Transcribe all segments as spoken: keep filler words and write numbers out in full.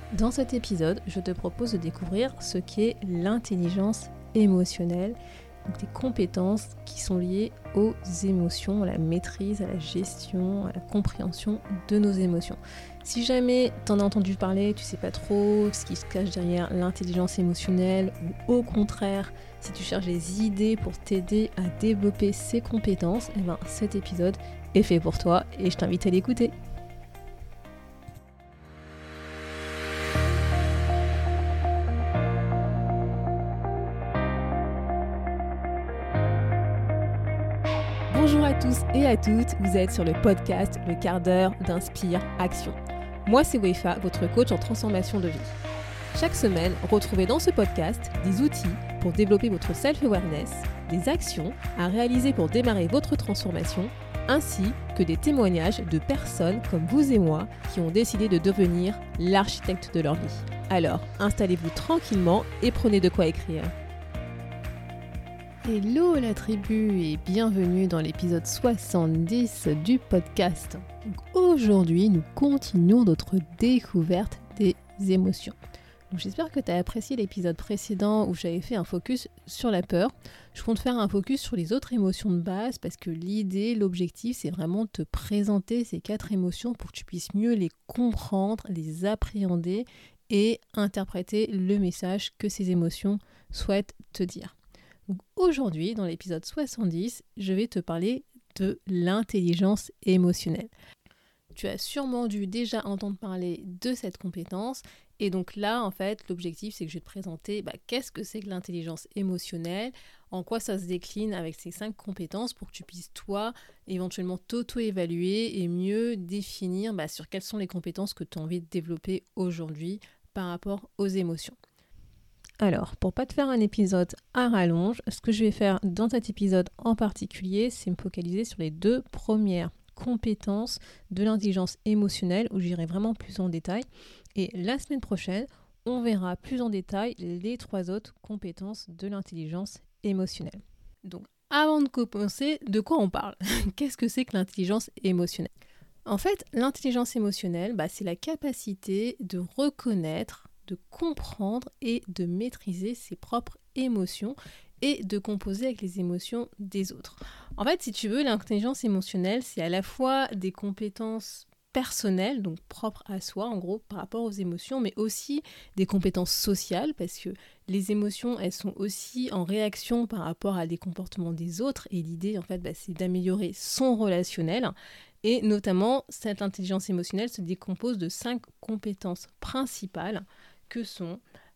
Dans cet épisode, je te propose de découvrir ce qu'est l'intelligence émotionnelle, donc des compétences qui sont liées aux émotions, à la maîtrise, à la gestion, à la compréhension de nos émotions. Si jamais tu en as entendu parler, tu sais pas trop ce qui se cache derrière l'intelligence émotionnelle, ou au contraire, si tu cherches des idées pour t'aider à développer ces compétences, eh ben, cet épisode est fait pour toi et je t'invite à l'écouter. Bonjour à tous et à toutes, vous êtes sur le podcast Le quart d'heure d'Inspire Action. Moi c'est Wefa, votre coach en transformation de vie. Chaque semaine, retrouvez dans ce podcast des outils pour développer votre self-awareness, des actions à réaliser pour démarrer votre transformation, ainsi que des témoignages de personnes comme vous et moi qui ont décidé de devenir l'architecte de leur vie. Alors, installez-vous tranquillement et prenez de quoi écrire. Hello la tribu et bienvenue dans l'épisode soixante-dix du podcast. Donc aujourd'hui, nous continuons notre découverte des émotions. Donc j'espère que tu as apprécié l'épisode précédent où j'avais fait un focus sur la peur. Je compte faire un focus sur les autres émotions de base parce que l'idée, l'objectif, c'est vraiment de te présenter ces quatre émotions pour que tu puisses mieux les comprendre, les appréhender et interpréter le message que ces émotions souhaitent te dire. Donc aujourd'hui, dans l'épisode soixante-dix, je vais te parler de l'intelligence émotionnelle. Tu as sûrement dû déjà entendre parler de cette compétence et donc là, en fait, l'objectif, c'est que je vais te présenter bah, qu'est-ce que c'est que l'intelligence émotionnelle, en quoi ça se décline avec ces cinq compétences pour que tu puisses, toi, éventuellement t'auto-évaluer et mieux définir bah, sur quelles sont les compétences que tu as envie de développer aujourd'hui par rapport aux émotions. Alors, pour pas te faire un épisode à rallonge, ce que je vais faire dans cet épisode en particulier, c'est me focaliser sur les deux premières compétences de l'intelligence émotionnelle où j'irai vraiment plus en détail. Et la semaine prochaine, on verra plus en détail les trois autres compétences de l'intelligence émotionnelle. Donc, avant de commencer, de quoi on parle ? Qu'est-ce que c'est que l'intelligence émotionnelle ? En fait, l'intelligence émotionnelle, bah, c'est la capacité de reconnaître, de comprendre et de maîtriser ses propres émotions et de composer avec les émotions des autres. En fait, si tu veux, l'intelligence émotionnelle, c'est à la fois des compétences personnelles, donc propres à soi, en gros, par rapport aux émotions, mais aussi des compétences sociales, parce que les émotions, elles sont aussi en réaction par rapport à des comportements des autres, et l'idée, en fait, bah, c'est d'améliorer son relationnel. Et notamment, cette intelligence émotionnelle se décompose de cinq compétences principales, que sont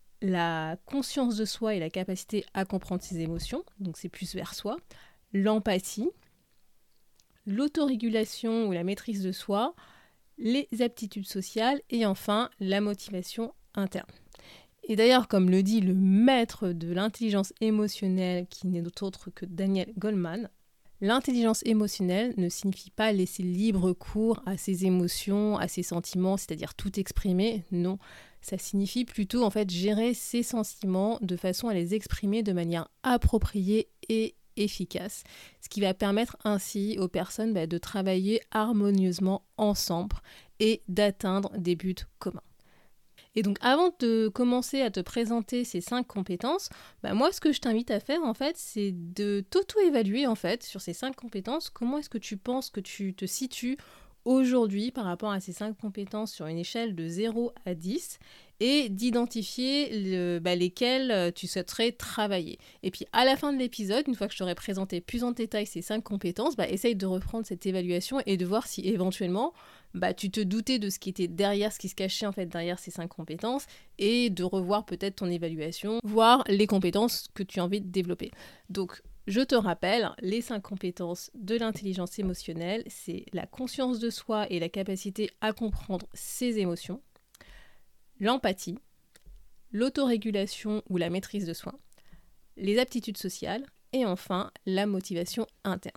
la conscience de soi et la capacité à comprendre ses émotions, donc c'est plus vers soi, l'empathie, l'autorégulation ou la maîtrise de soi, les aptitudes sociales et enfin la motivation interne. Et d'ailleurs, comme le dit le maître de l'intelligence émotionnelle, qui n'est autre que Daniel Goleman, l'intelligence émotionnelle ne signifie pas laisser libre cours à ses émotions, à ses sentiments, c'est-à-dire tout exprimer, non. Ça signifie plutôt en fait gérer ses sentiments de façon à les exprimer de manière appropriée et efficace, ce qui va permettre ainsi aux personnes bah, de travailler harmonieusement ensemble et d'atteindre des buts communs. Et donc avant de commencer à te présenter ces cinq compétences, bah moi ce que je t'invite à faire en fait, c'est de t'auto-évaluer en fait sur ces cinq compétences. Comment est-ce que tu penses que tu te situes aujourd'hui par rapport à ces cinq compétences sur une échelle de zéro à dix et d'identifier le, bah, lesquelles tu souhaiterais travailler. Et puis à la fin de l'épisode, une fois que je t'aurai présenté plus en détail ces cinq compétences, bah, essaye de reprendre cette évaluation et de voir si éventuellement bah, tu te doutais de ce qui était derrière, ce qui se cachait en fait derrière ces cinq compétences et de revoir peut-être ton évaluation, voir les compétences que tu as envie de développer. Donc je te rappelle, les cinq compétences de l'intelligence émotionnelle, c'est la conscience de soi et la capacité à comprendre ses émotions, l'empathie, l'autorégulation ou la maîtrise de soi, les aptitudes sociales et enfin la motivation interne.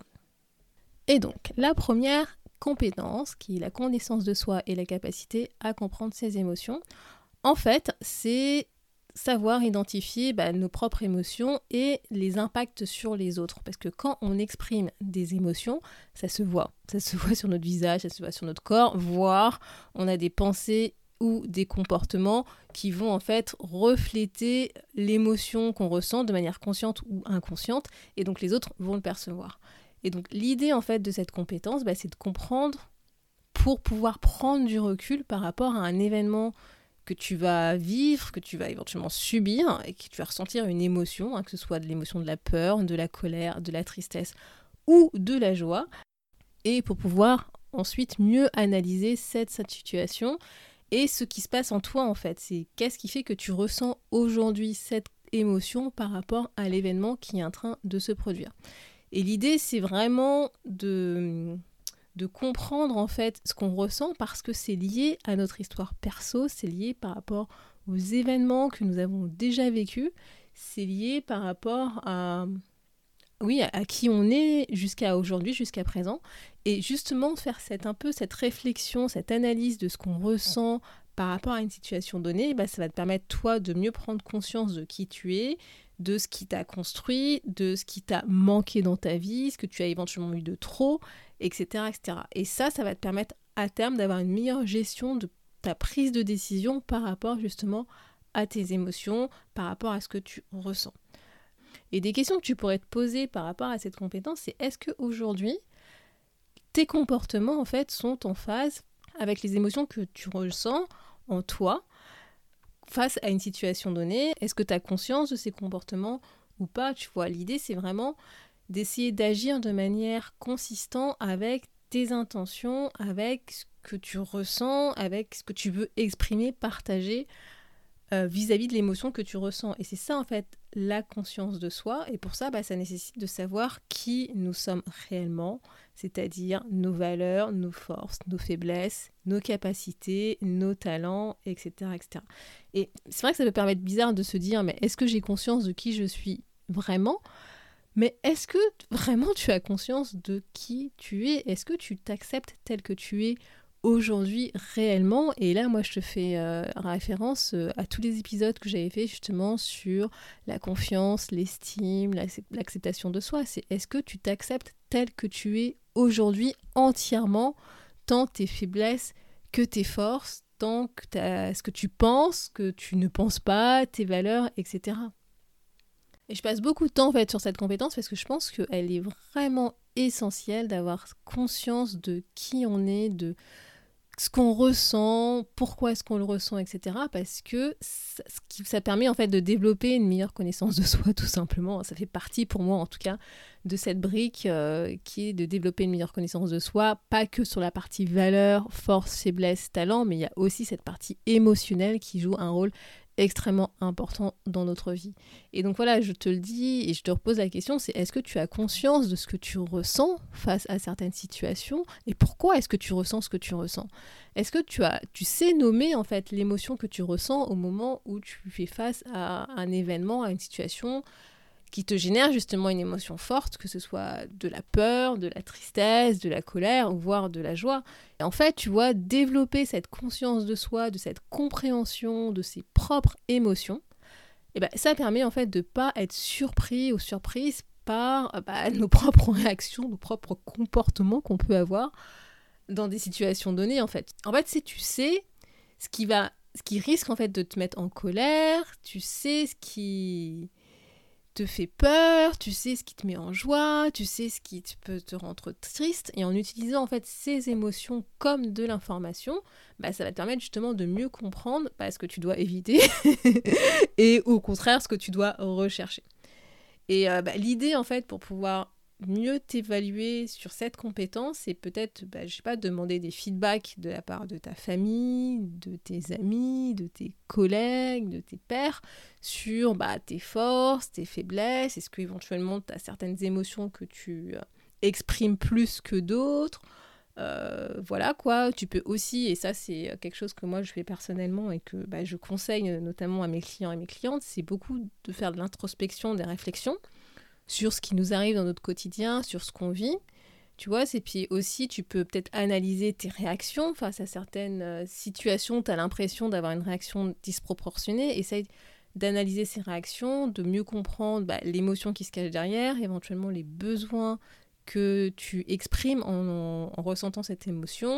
Et donc, la première compétence, qui est la connaissance de soi et la capacité à comprendre ses émotions, en fait, c'est savoir identifier bah, nos propres émotions et les impacts sur les autres. Parce que quand on exprime des émotions, ça se voit. Ça se voit sur notre visage, ça se voit sur notre corps, voire on a des pensées ou des comportements qui vont en fait refléter l'émotion qu'on ressent de manière consciente ou inconsciente, et donc les autres vont le percevoir. Et donc l'idée en fait de cette compétence, bah, c'est de comprendre pour pouvoir prendre du recul par rapport à un événement que tu vas vivre, que tu vas éventuellement subir, et que tu vas ressentir une émotion, hein, que ce soit de l'émotion de la peur, de la colère, de la tristesse ou de la joie, et pour pouvoir ensuite mieux analyser cette, cette situation et ce qui se passe en toi en fait. C'est qu'est-ce qui fait que tu ressens aujourd'hui cette émotion par rapport à l'événement qui est en train de se produire. Et l'idée, c'est vraiment de, de comprendre en fait ce qu'on ressent parce que c'est lié à notre histoire perso, c'est lié par rapport aux événements que nous avons déjà vécus, c'est lié par rapport à... Oui, à, à qui on est jusqu'à aujourd'hui, jusqu'à présent. Et justement, faire cette, un peu cette réflexion, cette analyse de ce qu'on ressent par rapport à une situation donnée, bah, ça va te permettre, toi, de mieux prendre conscience de qui tu es, de ce qui t'a construit, de ce qui t'a manqué dans ta vie, ce que tu as éventuellement eu de trop, et cetera, et cetera. Et ça, ça va te permettre, à terme, d'avoir une meilleure gestion de ta prise de décision par rapport, justement, à tes émotions, par rapport à ce que tu ressens. Et des questions que tu pourrais te poser par rapport à cette compétence, c'est est-ce qu'aujourd'hui, tes comportements en fait sont en phase avec les émotions que tu ressens en toi face à une situation donnée? Est-ce que tu as conscience de ces comportements ou pas? Tu vois, l'idée c'est vraiment d'essayer d'agir de manière consistante avec tes intentions, avec ce que tu ressens, avec ce que tu veux exprimer, partager Euh, vis-à-vis de l'émotion que tu ressens. Et c'est ça en fait la conscience de soi, et pour ça bah, ça nécessite de savoir qui nous sommes réellement, c'est-à-dire nos valeurs, nos forces, nos faiblesses, nos capacités, nos talents, et cetera, et cetera. Et c'est vrai que ça peut paraître bizarre de se dire mais est-ce que j'ai conscience de qui je suis vraiment? Mais est-ce que vraiment tu as conscience de qui tu es? Est-ce que tu t'acceptes tel que tu es aujourd'hui réellement? Et là moi je te fais euh, référence euh, à tous les épisodes que j'avais fait justement sur la confiance, l'estime, l'acceptation de soi. C'est est-ce que tu t'acceptes tel que tu es aujourd'hui entièrement, tant tes faiblesses que tes forces, tant que t'as, ce que tu penses, que tu ne penses pas, tes valeurs, et cetera. Et je passe beaucoup de temps en fait sur cette compétence parce que je pense qu'elle est vraiment essentielle d'avoir conscience de qui on est, de ce qu'on ressent, pourquoi est-ce qu'on le ressent, et cetera. Parce que ça, ça permet en fait de développer une meilleure connaissance de soi, tout simplement. Ça fait partie pour moi en tout cas de cette brique euh, qui est de développer une meilleure connaissance de soi, pas que sur la partie valeur, force, faiblesse, talent, mais il y a aussi cette partie émotionnelle qui joue un rôle extrêmement important dans notre vie. Et donc voilà, je te le dis et je te repose la question, c'est est-ce que tu as conscience de ce que tu ressens face à certaines situations et pourquoi est-ce que tu ressens ce que tu ressens? Est-ce que tu as, tu sais nommer en fait l'émotion que tu ressens au moment où tu fais face à un événement, à une situation qui te génère justement une émotion forte, que ce soit de la peur, de la tristesse, de la colère, ou voire de la joie. Et en fait, tu vois, développer cette conscience de soi, de cette compréhension de ses propres émotions, et ben, ça permet en fait de ne pas être surpris ou surprise par bah, nos propres réactions, nos propres comportements qu'on peut avoir dans des situations données, en fait. En fait, si tu sais ce qui va, ce qui risque en fait de te mettre en colère, tu sais ce qui te fait peur, tu sais ce qui te met en joie, tu sais ce qui peut te rendre triste, et en utilisant en fait ces émotions comme de l'information, bah, ça va te permettre justement de mieux comprendre bah, ce que tu dois éviter et au contraire ce que tu dois rechercher. Et euh, bah, l'idée en fait pour pouvoir mieux t'évaluer sur cette compétence, c'est peut-être, bah, je sais pas, demander des feedbacks de la part de ta famille, de tes amis, de tes collègues, de tes pairs, sur bah, tes forces, tes faiblesses. Est-ce qu'éventuellement tu as certaines émotions que tu euh, exprimes plus que d'autres? Euh, voilà quoi, tu peux aussi, et ça c'est quelque chose que moi je fais personnellement et que bah, je conseille notamment à mes clients et mes clientes, c'est beaucoup de faire de l'introspection, des réflexions sur ce qui nous arrive dans notre quotidien, sur ce qu'on vit, tu vois, et puis aussi tu peux peut-être analyser tes réactions face à certaines euh, situations, tu as l'impression d'avoir une réaction disproportionnée, essaye d'analyser ces réactions, de mieux comprendre bah, l'émotion qui se cache derrière, éventuellement les besoins que tu exprimes en, en, en ressentant cette émotion,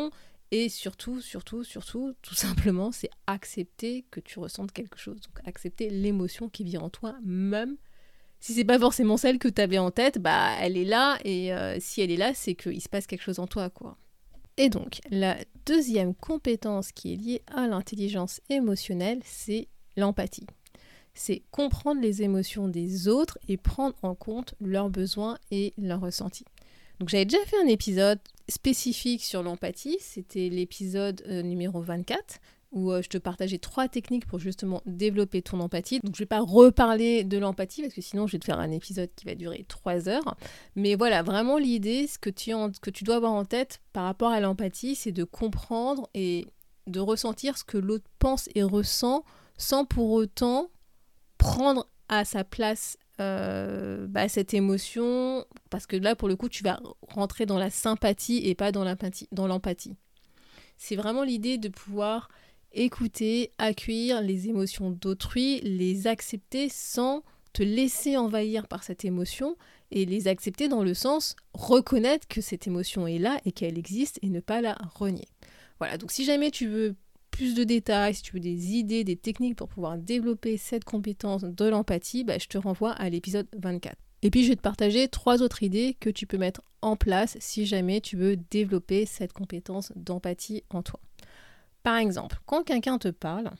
Et surtout, surtout, surtout, tout simplement, c'est accepter que tu ressentes quelque chose. Donc accepter l'émotion qui vit en toi, même si c'est pas forcément celle que tu avais en tête, bah elle est là, et euh, si elle est là, c'est qu'il se passe quelque chose en toi, quoi. Et donc, la deuxième compétence qui est liée à l'intelligence émotionnelle, c'est l'empathie. C'est comprendre les émotions des autres et prendre en compte leurs besoins et leurs ressentis. Donc j'avais déjà fait un épisode spécifique sur l'empathie, c'était l'épisode euh, numéro vingt-quatre, où euh, je te partageais trois techniques pour justement développer ton empathie. Donc je ne vais pas reparler de l'empathie, parce que sinon je vais te faire un épisode qui va durer trois heures. Mais voilà, vraiment l'idée, ce que tu, en, que tu dois avoir en tête par rapport à l'empathie, c'est de comprendre et de ressentir ce que l'autre pense et ressent, sans pour autant prendre à sa place euh, bah, cette émotion, parce que là, pour le coup, tu vas rentrer dans la sympathie et pas dans l'empathie. Dans l'empathie. C'est vraiment l'idée de pouvoir écouter, accueillir les émotions d'autrui, les accepter sans te laisser envahir par cette émotion, et les accepter dans le sens reconnaître que cette émotion est là et qu'elle existe et ne pas la renier. Voilà, donc si jamais tu veux plus de détails, si tu veux des idées, des techniques pour pouvoir développer cette compétence de l'empathie, bah, je te renvoie à l'épisode vingt-quatre. Et puis je vais te partager trois autres idées que tu peux mettre en place si jamais tu veux développer cette compétence d'empathie en toi. Par exemple, quand quelqu'un te parle,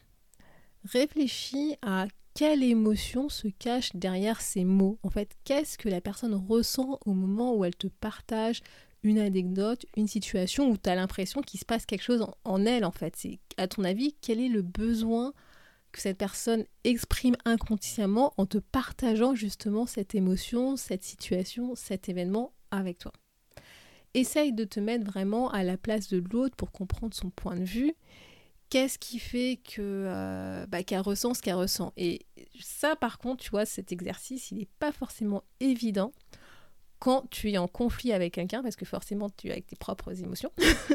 réfléchis à quelle émotion se cache derrière ces mots. En fait, qu'est-ce que la personne ressent au moment où elle te partage une anecdote, une situation où tu as l'impression qu'il se passe quelque chose en, en elle, en fait. C'est, à ton avis, quel est le besoin que cette personne exprime inconsciemment en te partageant justement cette émotion, cette situation, cet événement avec toi. Essaye de te mettre vraiment à la place de l'autre pour comprendre son point de vue. Qu'est-ce qui fait que, euh, bah, qu'elle ressent ce qu'elle ressent. Et ça, par contre, tu vois, cet exercice, il n'est pas forcément évident quand tu es en conflit avec quelqu'un, parce que forcément, tu es avec tes propres émotions,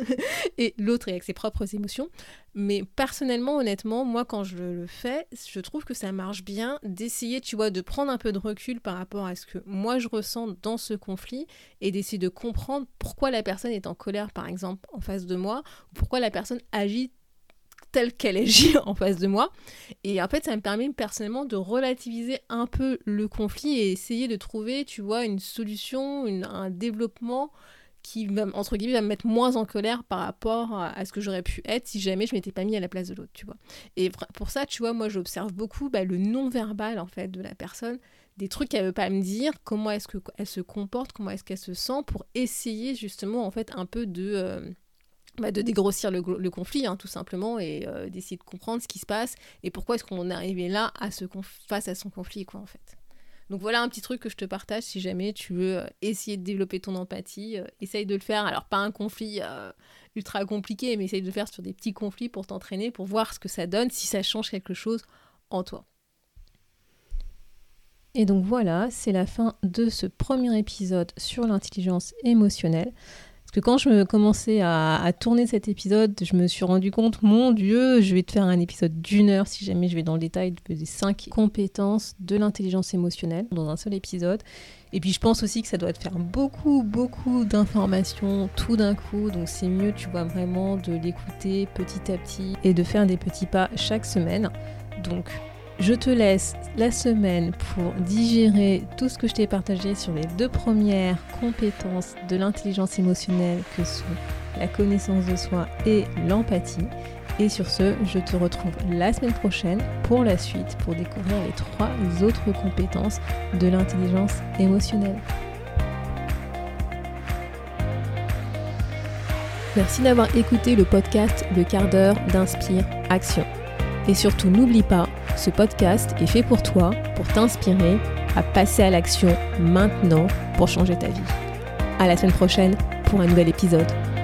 et l'autre est avec ses propres émotions. Mais personnellement, honnêtement, moi, quand je le fais, je trouve que ça marche bien d'essayer, tu vois, de prendre un peu de recul par rapport à ce que moi, je ressens dans ce conflit, et d'essayer de comprendre pourquoi la personne est en colère, par exemple, en face de moi, ou pourquoi la personne agit telle qu'elle agit en face de moi. Et en fait, ça me permet personnellement de relativiser un peu le conflit et essayer de trouver, tu vois, une solution, une, un développement qui, va, entre guillemets, va me mettre moins en colère par rapport à, à ce que j'aurais pu être si jamais je m'étais pas mis à la place de l'autre, tu vois. Et pour ça, tu vois, moi, j'observe beaucoup bah, le non-verbal, en fait, de la personne, des trucs qu'elle veut pas me dire, comment est-ce qu'elle se comporte, comment est-ce qu'elle se sent, pour essayer, justement, en fait, un peu de... Euh, Bah de dégrossir le, le conflit, hein, tout simplement, et euh, d'essayer de comprendre ce qui se passe et pourquoi est-ce qu'on est arrivé là à ce conf- face à son conflit, quoi, en fait. Donc voilà un petit truc que je te partage si jamais tu veux euh, essayer de développer ton empathie. Euh, essaye de le faire, alors pas un conflit euh, ultra compliqué, mais essaye de le faire sur des petits conflits pour t'entraîner, pour voir ce que ça donne, si ça change quelque chose en toi. Et donc voilà, c'est la fin de ce premier épisode sur l'intelligence émotionnelle. Parce que quand je commençais à, à tourner cet épisode, je me suis rendu compte, mon Dieu, je vais te faire un épisode d'une heure si jamais je vais dans le détail des cinq compétences de l'intelligence émotionnelle dans un seul épisode. Et puis je pense aussi que ça doit te faire beaucoup, beaucoup d'informations tout d'un coup. Donc c'est mieux, tu vois, vraiment de l'écouter petit à petit et de faire des petits pas chaque semaine. Donc je te laisse la semaine pour digérer tout ce que je t'ai partagé sur les deux premières compétences de l'intelligence émotionnelle que sont la connaissance de soi et l'empathie. Et sur ce, je te retrouve la semaine prochaine pour la suite, pour découvrir les trois autres compétences de l'intelligence émotionnelle. Merci d'avoir écouté le podcast Le quart d'heure d'Inspire Action. Et surtout, n'oublie pas, ce podcast est fait pour toi, pour t'inspirer à passer à l'action maintenant pour changer ta vie. À la semaine prochaine pour un nouvel épisode.